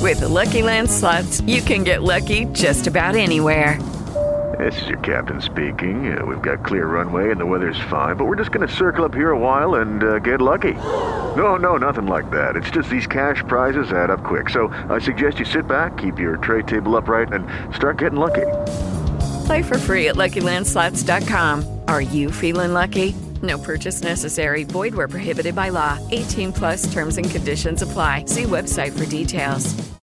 With the Lucky Land Slots, you can get lucky just about anywhere. This is your captain speaking. We've got clear runway and the weather's fine, but we're just going to circle up here a while and get lucky. No, nothing like that. It's just these cash prizes add up quick. So I suggest you sit back, keep your tray table upright, and start getting lucky. Play for free at LuckyLandSlots.com. Are you feeling lucky? No purchase necessary. Void where prohibited by law. 18 plus terms and conditions apply. See website for details.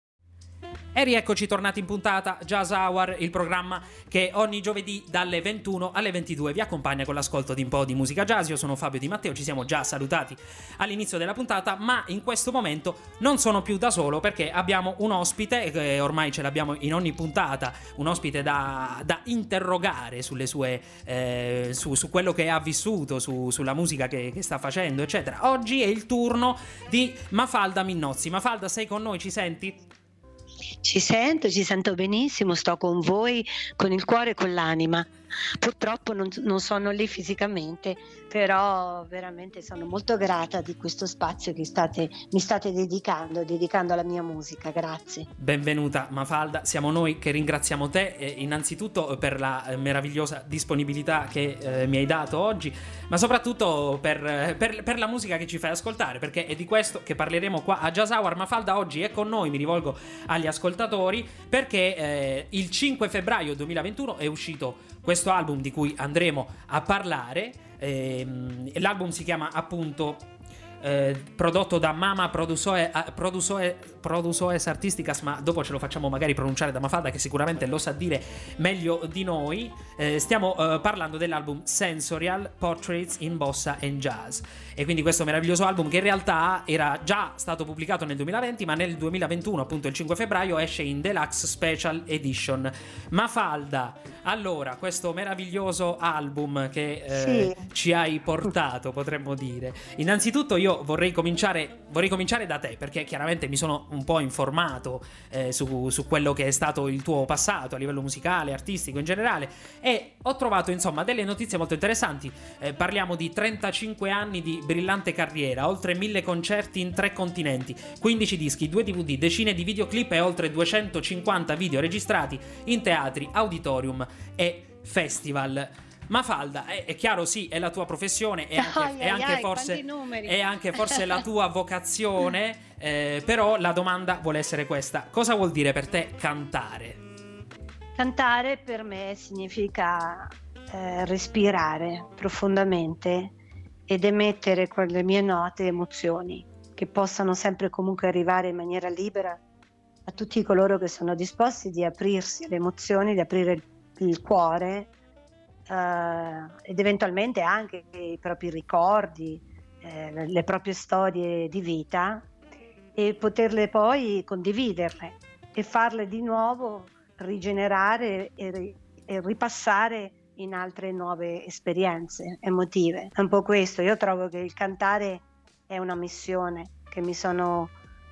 E rieccoci tornati in puntata Jazz Hour, il programma che ogni giovedì dalle 21 alle 22 vi accompagna con l'ascolto di un po' di musica jazz. Io sono Fabio Di Matteo, ci siamo già salutati all'inizio della puntata, ma in questo momento non sono più da solo perché abbiamo un ospite, che ormai ce l'abbiamo in ogni puntata, un ospite da interrogare sulle sue, su quello che ha vissuto, sulla musica che sta facendo, eccetera. Oggi è il turno di Mafalda Minnozzi. Mafalda, sei con noi, ci senti? Ci sento benissimo, sto con voi, con il cuore e con l'anima. Purtroppo non sono lì fisicamente, però veramente sono molto grata di questo spazio che mi state dedicando alla mia musica. Grazie. Benvenuta Mafalda, siamo noi che ringraziamo te innanzitutto per la meravigliosa disponibilità che mi hai dato oggi, ma soprattutto per la musica che ci fai ascoltare, perché è di questo che parleremo qua a Jazz Hour. Mafalda oggi è con noi, mi rivolgo agli ascoltatori, perché il 5 febbraio 2021 è uscito questo album di cui andremo a parlare. L'album si chiama appunto prodotto da Mama Produções Artísticas, ma dopo ce lo facciamo magari pronunciare da Mafalda, che sicuramente lo sa dire meglio di noi. Stiamo parlando dell'album Sensorial Portraits in Bossa and Jazz, e quindi questo meraviglioso album che in realtà era già stato pubblicato nel 2020, ma nel 2021 appunto il 5 febbraio esce in Deluxe Special Edition. Mafalda, allora, questo meraviglioso album che ci hai portato, potremmo dire. Innanzitutto io vorrei cominciare da te, perché chiaramente mi sono un po' informato su quello che è stato il tuo passato a livello musicale, artistico in generale, e ho trovato insomma delle notizie molto interessanti. Parliamo di 35 anni di brillante carriera, oltre 1000 concerti in 3 continenti, 15 dischi, 2 DVD, decine di videoclip e oltre 250 video registrati in teatri, auditorium e festival. Mafalda, è chiaro, sì, è la tua professione, è anche forse la tua vocazione, però la domanda vuole essere questa: cosa vuol dire per te cantare? Cantare per me significa respirare profondamente ed emettere con le mie note emozioni che possano sempre comunque arrivare in maniera libera a tutti coloro che sono disposti di aprirsi alle emozioni, di aprire il cuore, ed eventualmente anche i propri ricordi, le proprie storie di vita, e poterle poi condividerle e farle di nuovo rigenerare e ripassare in altre nuove esperienze emotive. È un po' questo. Io trovo che il cantare è una missione che mi sono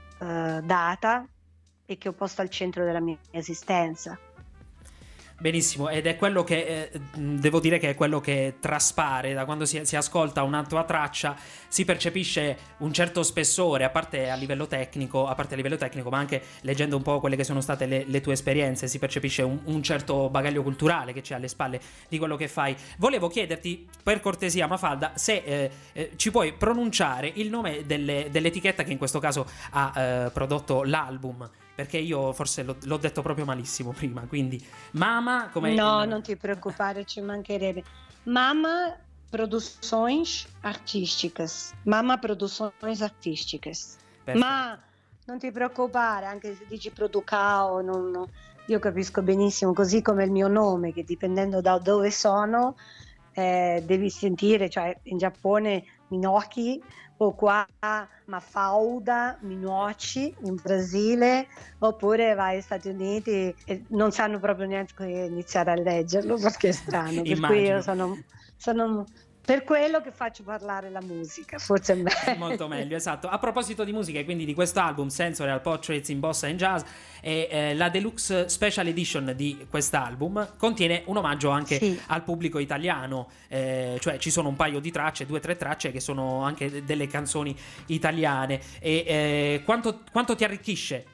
data e che ho posto al centro della mia esistenza. Benissimo, ed è quello che devo dire che è quello che traspare da quando si ascolta una tua traccia. Si percepisce un certo spessore, a parte a livello tecnico, ma anche leggendo un po' quelle che sono state le tue esperienze, si percepisce un certo bagaglio culturale che c'è alle spalle di quello che fai. Volevo chiederti, per cortesia Mafalda, se ci puoi pronunciare il nome dell'etichetta che in questo caso ha prodotto l'album, perché io forse l'ho detto proprio malissimo prima, quindi Mama come... No, non ti preoccupare, ci mancherebbe. Mama Produções Artísticas. Mama Produções Artísticas. Perfetto. Ma non ti preoccupare, anche se dici Producao, io capisco benissimo, così come il mio nome, che dipendendo da dove sono, devi sentire, cioè in Giappone Minoki, o qua Mafalda, Minucci in Brasile, oppure vai agli Stati Uniti e non sanno proprio neanche iniziare a leggerlo perché è strano. Per cui io sono per quello che faccio parlare la musica, forse è meglio. Molto meglio, esatto. A proposito di musica e quindi di questo album Sensorial Portraits in Bossa and Jazz, la Deluxe Special Edition di quest'album contiene un omaggio anche al pubblico italiano, cioè ci sono un paio di tracce, 2 o 3 tracce che sono anche delle canzoni italiane. E quanto ti arricchisce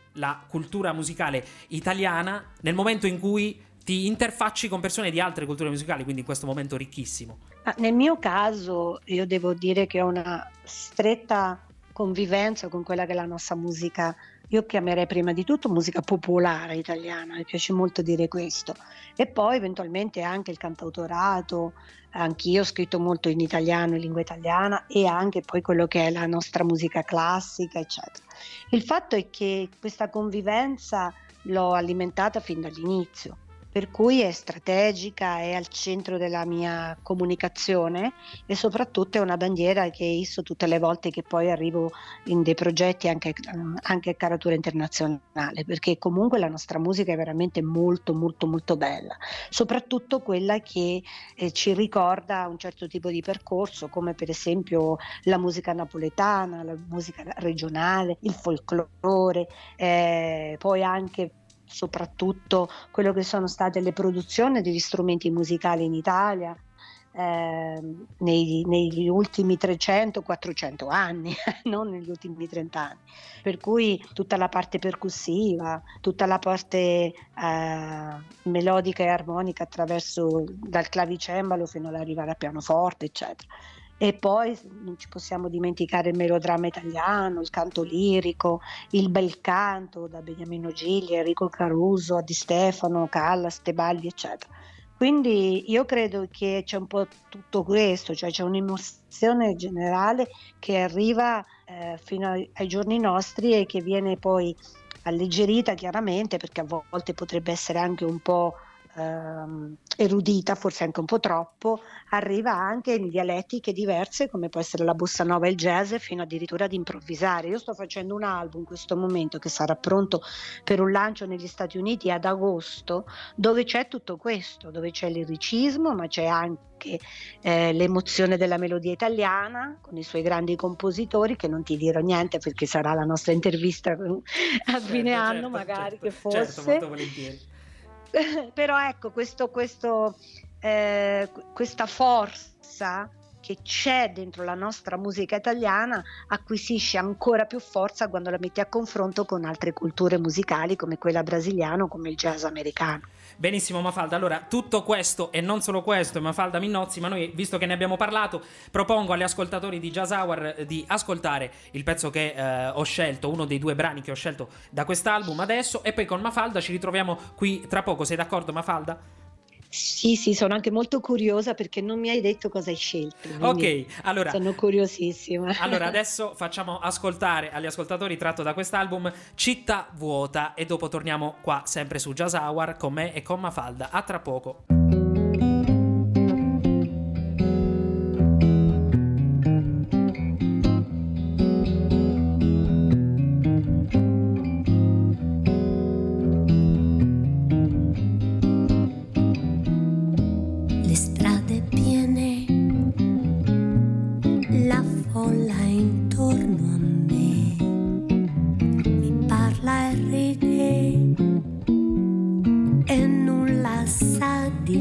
la cultura musicale italiana nel momento in cui ti interfacci con persone di altre culture musicali, quindi in questo momento ricchissimo? Nel mio caso io devo dire che ho una stretta convivenza con quella che è la nostra musica. Io chiamerei prima di tutto musica popolare italiana, mi piace molto dire questo, e poi eventualmente anche il cantautorato. Anch'io ho scritto molto in italiano, in lingua italiana, e anche poi quello che è la nostra musica classica, eccetera. Il fatto è che questa convivenza l'ho alimentata fin dall'inizio, per cui è strategica, è al centro della mia comunicazione e soprattutto è una bandiera che isso tutte le volte che poi arrivo in dei progetti anche a caratura internazionale, perché comunque la nostra musica è veramente molto molto molto bella, soprattutto quella che ci ricorda un certo tipo di percorso, come per esempio la musica napoletana, la musica regionale, il folklore, poi anche soprattutto quello che sono state le produzioni degli strumenti musicali in Italia negli ultimi 300-400 anni, non negli ultimi 30 anni. Per cui tutta la parte percussiva, tutta la parte melodica e armonica attraverso dal clavicembalo fino ad arrivare al pianoforte, eccetera. E poi non ci possiamo dimenticare il melodramma italiano, il canto lirico, il bel canto da Beniamino Gigli, Enrico Caruso, a Di Stefano, Callas, Tebaldi, eccetera. Quindi io credo che c'è un po' tutto questo, cioè c'è un'emozione generale che arriva fino ai giorni nostri e che viene poi alleggerita chiaramente, perché a volte potrebbe essere anche un po' erudita, forse anche un po' troppo, arriva anche in dialettiche diverse come può essere la bossa nova e il jazz, fino addirittura ad improvvisare. Io sto facendo un album in questo momento che sarà pronto per un lancio negli Stati Uniti ad agosto, dove c'è tutto questo, dove c'è liricismo ma c'è anche l'emozione della melodia italiana con i suoi grandi compositori, che non ti dirò niente perché sarà la nostra intervista a fine anno, magari che fosse. Certo, molto volentieri. Però ecco, questa forza che c'è dentro la nostra musica italiana acquisisce ancora più forza quando la metti a confronto con altre culture musicali come quella brasiliana o come il jazz americano. Benissimo Mafalda, allora tutto questo e non solo questo è Mafalda Minnozzi, ma noi, visto che ne abbiamo parlato, propongo agli ascoltatori di Jazz Hour di ascoltare il pezzo che ho scelto, uno dei due brani che ho scelto da quest'album adesso, e poi con Mafalda ci ritroviamo qui tra poco. Sei d'accordo Mafalda? Sì, sono anche molto curiosa perché non mi hai detto cosa hai scelto. Ok, allora sono curiosissima. Allora adesso facciamo ascoltare agli ascoltatori, tratto da quest'album, Città vuota, e dopo torniamo qua sempre su Jazz Hour con me e con Mafalda. A tra poco. Di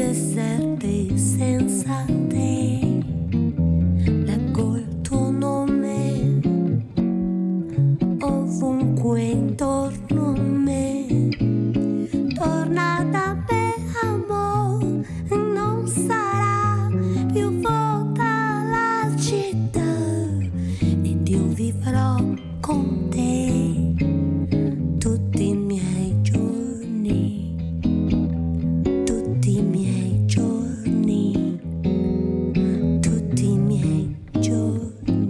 deserte senza te. Leggo il tuo nome ovunque intorno a me. Torna da me, amore, non sarà più vuota la città ed io vivrò con te tutti i miei giorni, tutti i miei giorni, tutti i miei giorni.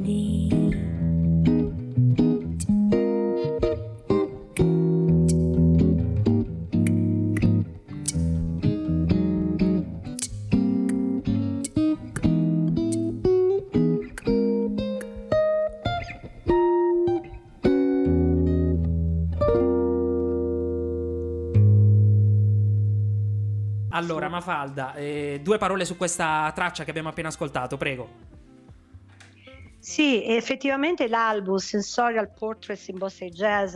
Allora, Mafalda, 2 parole su questa traccia che abbiamo appena ascoltato, prego. Sì, effettivamente l'album Sensorial Portraits in Bossa e Jazz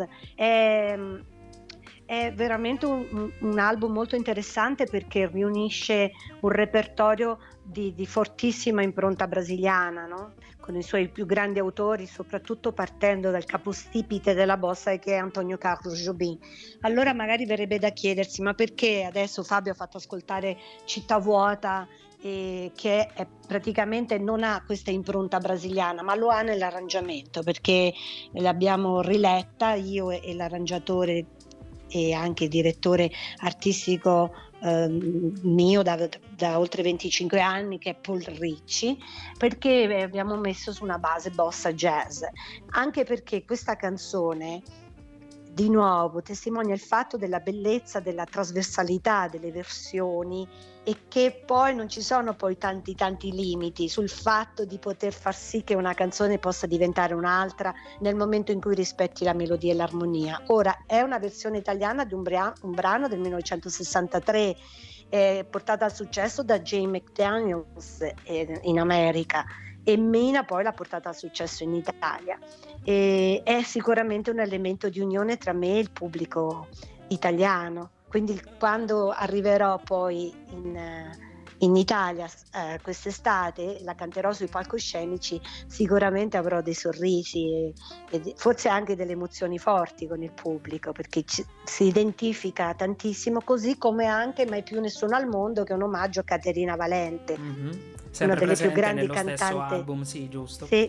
è veramente un album molto interessante perché riunisce un repertorio di fortissima impronta brasiliana, no? Con i suoi più grandi autori, soprattutto partendo dal capostipite della bossa che è Antonio Carlos Jobim. Allora magari verrebbe da chiedersi, ma perché adesso Fabio ha fatto ascoltare Città Vuota, che è praticamente non ha questa impronta brasiliana, ma lo ha nell'arrangiamento, perché l'abbiamo riletta io e l'arrangiatore e anche direttore artistico mio da oltre 25 anni, che è Paul Ricci, perché abbiamo messo su una base bossa jazz, anche perché questa canzone di nuovo testimonia il fatto della bellezza, della trasversalità delle versioni e che poi non ci sono poi tanti limiti sul fatto di poter far sì che una canzone possa diventare un'altra nel momento in cui rispetti la melodia e l'armonia. Ora è una versione italiana di un brano del 1963 portata al successo da Jay McDaniels in America, e Mina poi l'ha portata al successo in Italia. E è sicuramente un elemento di unione tra me e il pubblico italiano, quindi quando arriverò poi in Italia quest'estate, la canterò sui palcoscenici, sicuramente avrò dei sorrisi e forse anche delle emozioni forti con il pubblico, perché si identifica tantissimo, così come anche Mai più nessuno al mondo, che è un omaggio a Caterina Valente, una delle più grandi cantanti. Stesso album, sì, giusto. Sì.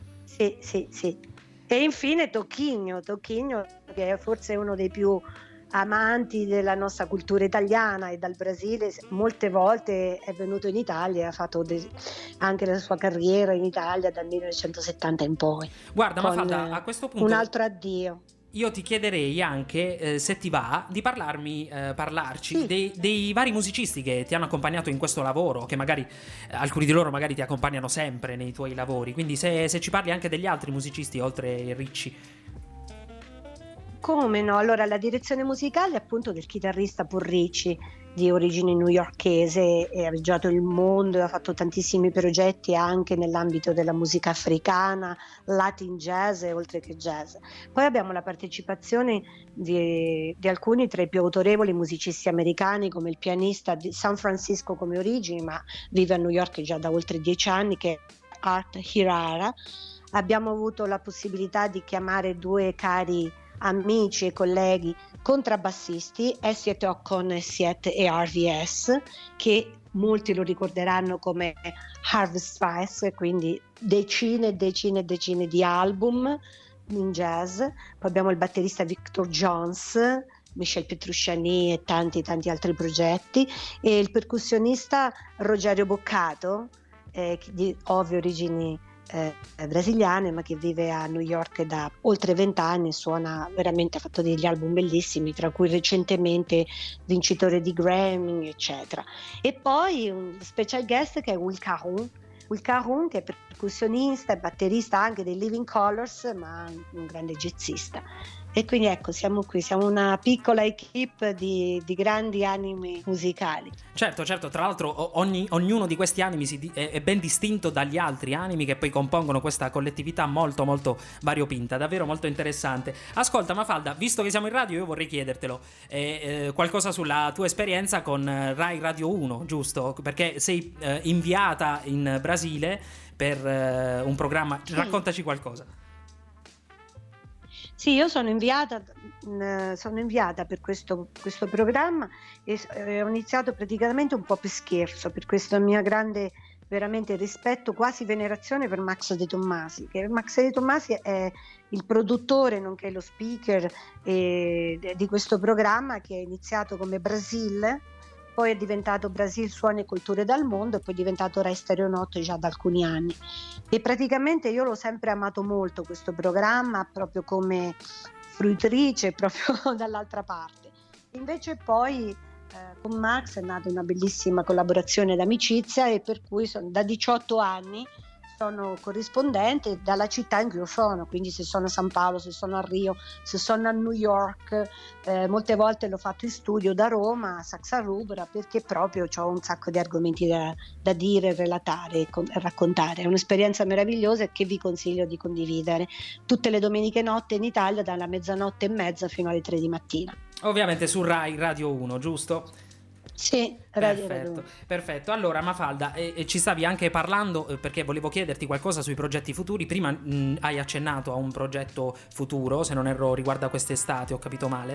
E infine Tocchigno, che è forse uno dei più amanti della nostra cultura italiana, e dal Brasile molte volte è venuto in Italia e ha fatto anche la sua carriera in Italia dal 1970 in poi. Guarda, Mafalda, a questo punto un altro addio. Io ti chiederei anche, se ti va, di parlarci sì, dei vari musicisti che ti hanno accompagnato in questo lavoro, che magari alcuni di loro magari ti accompagnano sempre nei tuoi lavori, quindi se ci parli anche degli altri musicisti oltre il Ricci. Come no? Allora, la direzione musicale è appunto del chitarrista Paul Ricci, di origine newyorkese, e ha viaggiato il mondo e ha fatto tantissimi progetti anche nell'ambito della musica africana, Latin jazz e oltre che jazz. Poi abbiamo la partecipazione di alcuni tra i più autorevoli musicisti americani, come il pianista di San Francisco come origini, ma vive a New York già da oltre 10 anni, che è Art Hirara. Abbiamo avuto la possibilità di chiamare 2 cari amici e colleghi contrabbassisti, Essiet Ocon e RVS, che molti lo ricorderanno come Harvest Fest, e quindi decine di album in jazz. Poi abbiamo il batterista Victor Jones, Michel Petrucciani e tanti altri progetti, e il percussionista Rogerio Boccato, di ovvie origini brasiliane, ma che vive a New York da oltre 20 anni, suona veramente, ha fatto degli album bellissimi, tra cui recentemente vincitore di Grammy, eccetera. E poi un special guest che è Will Caron, che è percussionista e batterista anche dei Living Colours, ma un grande jazzista. E quindi ecco, siamo qui, siamo una piccola equipe di grandi animi musicali. Certo, tra l'altro ognuno di questi animi è ben distinto dagli altri animi che poi compongono questa collettività molto molto variopinta, davvero molto interessante. Ascolta Mafalda, visto che siamo in radio io vorrei chiedertelo qualcosa sulla tua esperienza con Rai Radio 1, giusto? Perché sei inviata in Brasile per un programma, raccontaci qualcosa. Sì, io sono inviata per questo programma e ho iniziato praticamente un po' per scherzo, per questo mio grande veramente rispetto, quasi venerazione per Max De Tommasi, che Max De Tommasi è il produttore nonché lo speaker di questo programma, che è iniziato come Brasil, poi è diventato Brasil Suoni e Culture dal Mondo e poi è diventato Rai Stereo Notte già da alcuni anni. E praticamente io l'ho sempre amato molto questo programma, proprio come fruitrice, proprio dall'altra parte. Invece poi con Max è nata una bellissima collaborazione d'amicizia, e per cui da 18 anni sono corrispondente dalla città in cui io sono, quindi se sono a San Paolo, se sono a Rio, se sono a New York, molte volte l'ho fatto in studio da Roma a Saxa Rubra, perché proprio ho un sacco di argomenti da dire, relatare e raccontare. È un'esperienza meravigliosa che vi consiglio di condividere tutte le domeniche notte in Italia dalla 00:30 fino alle 3 di mattina. Ovviamente su Rai Radio 1, giusto? Sì, perfetto. Allora Mafalda, ci stavi anche parlando perché volevo chiederti qualcosa sui progetti futuri. Prima hai accennato a un progetto futuro, se non erro riguarda quest'estate, ho capito male?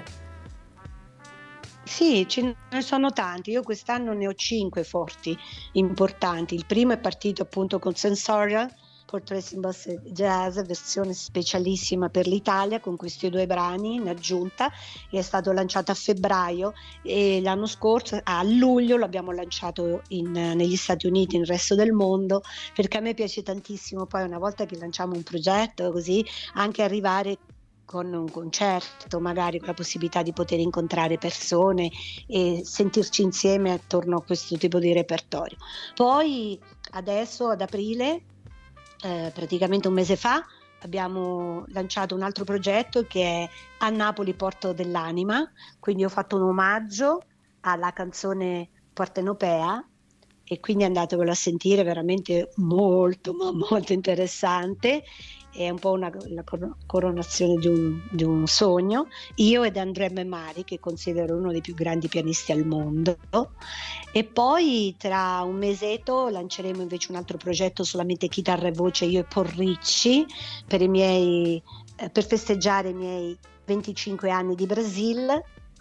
Sì, ce ne sono tanti. Io quest'anno ne ho 5 forti, importanti. Il primo è partito appunto con Sensorial, Portraits in Bossa Jazz, versione specialissima per l'Italia con questi 2 brani in aggiunta, e è stato lanciato a febbraio, e l'anno scorso a luglio l'abbiamo lanciato negli Stati Uniti, nel resto del mondo, perché a me piace tantissimo poi, una volta che lanciamo un progetto così, anche arrivare con un concerto, magari con la possibilità di poter incontrare persone e sentirci insieme attorno a questo tipo di repertorio. Poi adesso ad aprile, praticamente un mese fa, abbiamo lanciato un altro progetto che è A Napoli Porto dell'Anima, quindi ho fatto un omaggio alla canzone partenopea, e quindi andatevelo a sentire, veramente molto ma molto interessante. È un po' la coronazione di un sogno, io ed Andrea Memari, che considero uno dei più grandi pianisti al mondo. E poi tra un mesetto lanceremo invece un altro progetto solamente chitarra e voce, io e Porricci, per festeggiare i miei 25 anni di Brasile,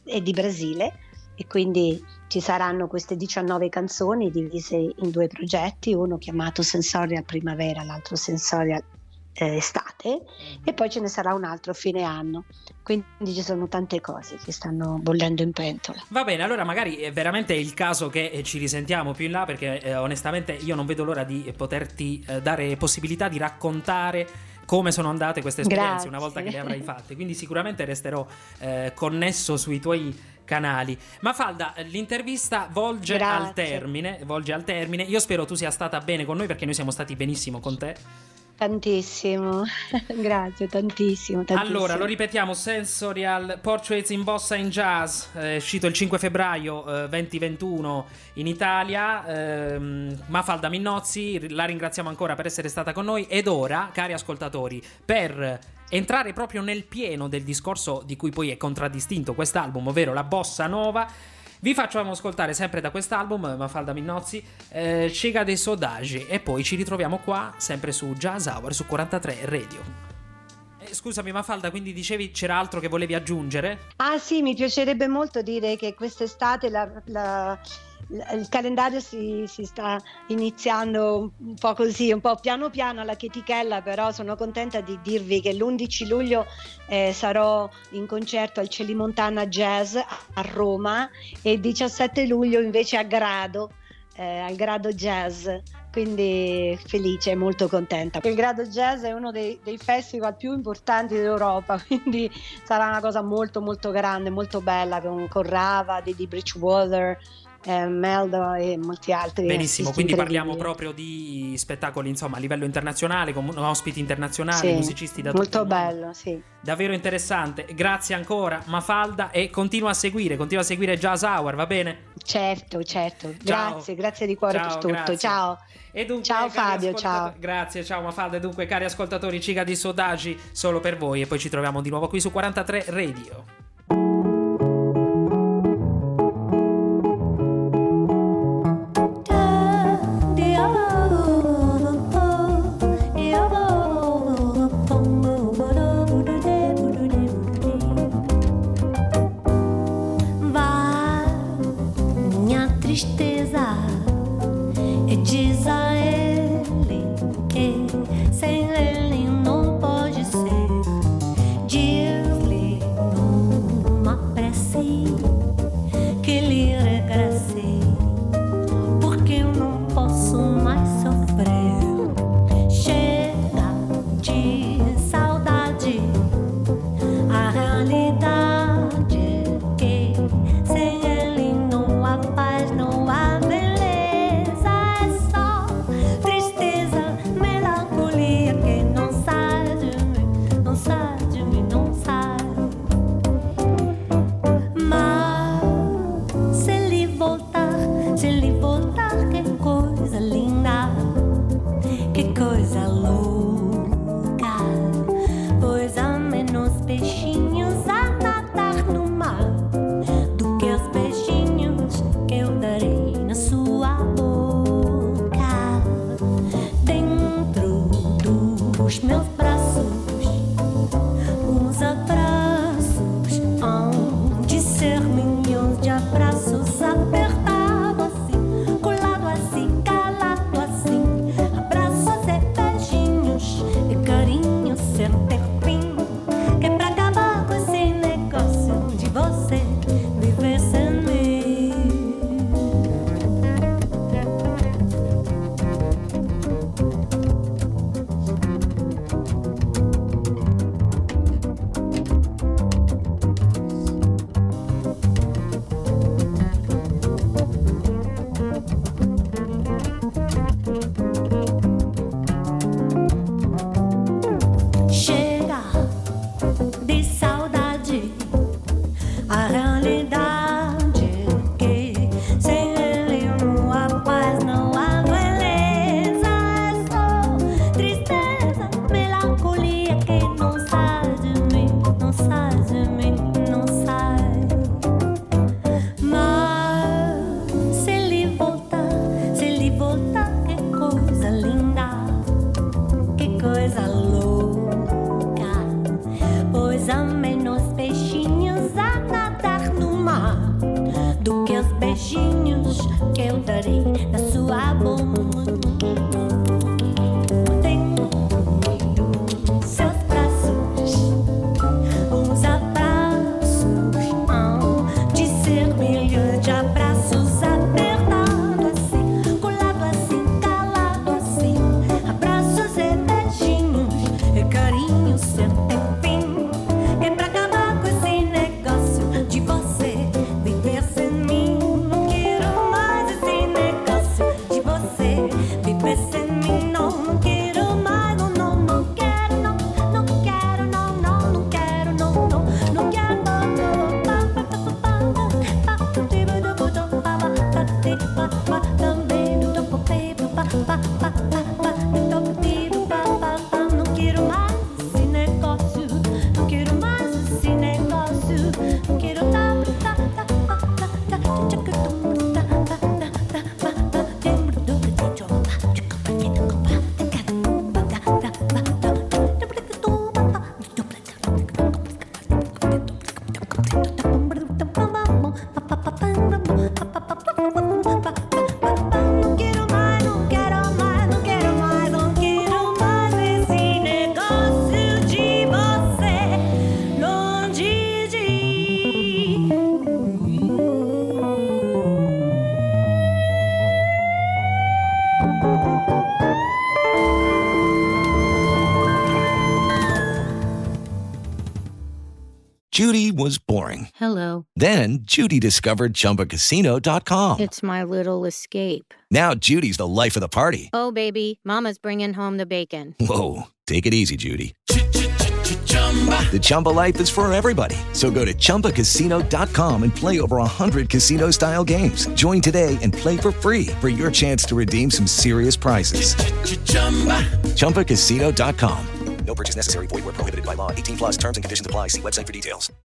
e quindi ci saranno queste 19 canzoni divise in 2 progetti, uno chiamato Sensorial Primavera, l'altro Sensorial estate, e poi ce ne sarà un altro fine anno, quindi ci sono tante cose che stanno bollendo in pentola. Va bene, allora magari è veramente il caso che ci risentiamo più in là, perché onestamente io non vedo l'ora di poterti dare possibilità di raccontare come sono andate queste esperienze. Grazie. Una volta che le avrai fatte, quindi sicuramente resterò connesso sui tuoi canali. Mafalda, l'intervista volge al termine. Io spero tu sia stata bene con noi, perché noi siamo stati benissimo con te. Tantissimo, grazie, tantissimo. Allora, lo ripetiamo: Sensorial Portraits in Bossa in Jazz, uscito il 5 febbraio 2021 in Italia. Mafalda Minnozzi, la ringraziamo ancora per essere stata con noi. Ed ora, cari ascoltatori, per entrare proprio nel pieno del discorso di cui poi è contraddistinto quest'album, ovvero la bossa nova, vi facciamo ascoltare sempre da quest'album, Mafalda Minnozzi, Chega dei Saudade, e poi ci ritroviamo qua sempre su Jazz Hour su 43 Radio. Scusami Mafalda, quindi dicevi c'era altro che volevi aggiungere? Ah sì, mi piacerebbe molto dire che quest'estate il calendario si sta iniziando un po' così, un po' piano piano alla chetichella, però sono contenta di dirvi che l'11 luglio sarò in concerto al Celimontana Jazz a Roma, e il 17 luglio invece a Grado, al Grado Jazz, quindi felice e molto contenta. Il Grado Jazz è uno dei festival più importanti d'Europa, quindi sarà una cosa molto molto grande, molto bella, con Rava, Didi Bridgewater, Meldo e molti altri. Benissimo, quindi parliamo incredibili. proprio di spettacoli, insomma, a livello internazionale, con ospiti internazionali, Sì, musicisti da tutto molto il mondo. bello, sì. Davvero interessante. Grazie ancora Mafalda, e continua a seguire Jazz Hour, va bene? Certo. Ciao. Grazie di cuore Ciao, per tutto. grazie. Ciao. E dunque, Ciao cari Fabio, ascoltatori- ciao. Grazie, ciao Mafalda. E dunque, cari ascoltatori, Ciga di Sodagi solo per voi, e poi ci troviamo di nuovo qui su 43 Radio. Vai, minha tristeza, e diz a ele que sem ele não pode ser. Diz-lhe numa prece que lhe regresse, porque eu não posso mais sofrer. Chega de saudade, a realidade que sem ele não há paz, não há beleza, é só tristeza, melancolia que não sai de mim, não sai de mim, não sai. Mas se ele voltar, que coisa linda, que coisa louca, pois há menos peixinhos a nadar no mar do que os beijinhos que eu darei na sua boca. Dentro dos meus braços, uns abraços hão de ser milhões de abraços, apertado assim, colado assim, calado assim, abraços e beijinhos e carinhos sem ter fim, que é pra acabar com esse negócio de você viver sem mim. Chega de saudade, a realidade que sem ele não há paz, não há beleza, é só tristeza, melancolia que não sai de mim, não sai de mim, não sai. Mas se ele voltar, que coisa linda, que coisa louca, pois há menos peixinhos a nadar no mar do que os beijinhos que eu darei na sua boca. Tenho seus braços, uns abraços hão de ser milhões de abraços, apertado assim, colado assim, calado assim, abraços e beijinhos e carinhos sem ter fim, é pra acabar com esse negócio de você viver sem mim. Não quero mais esse negócio de você viver sem mim. Não, não quero mais, não, não, não quero, não, não quero, não, não, não quero, não, não, não quero, não, não quero mais esse negócio, não quero mais esse negócio, não quero não quero mais, não quero mais, não Judy was boring. Hello. Then Judy discovered ChumbaCasino.com. It's my little escape. Now Judy's the life of the party. Oh, baby, mama's bringing home the bacon. Whoa, take it easy, Judy. The Chumba life is for everybody. So go to ChumbaCasino.com and play over 100 casino-style games. Join today and play for free for your chance to redeem some serious prizes. ChumbaCasino.com. No purchase necessary. Void where prohibited by law. 18+ terms and conditions apply. See website for details.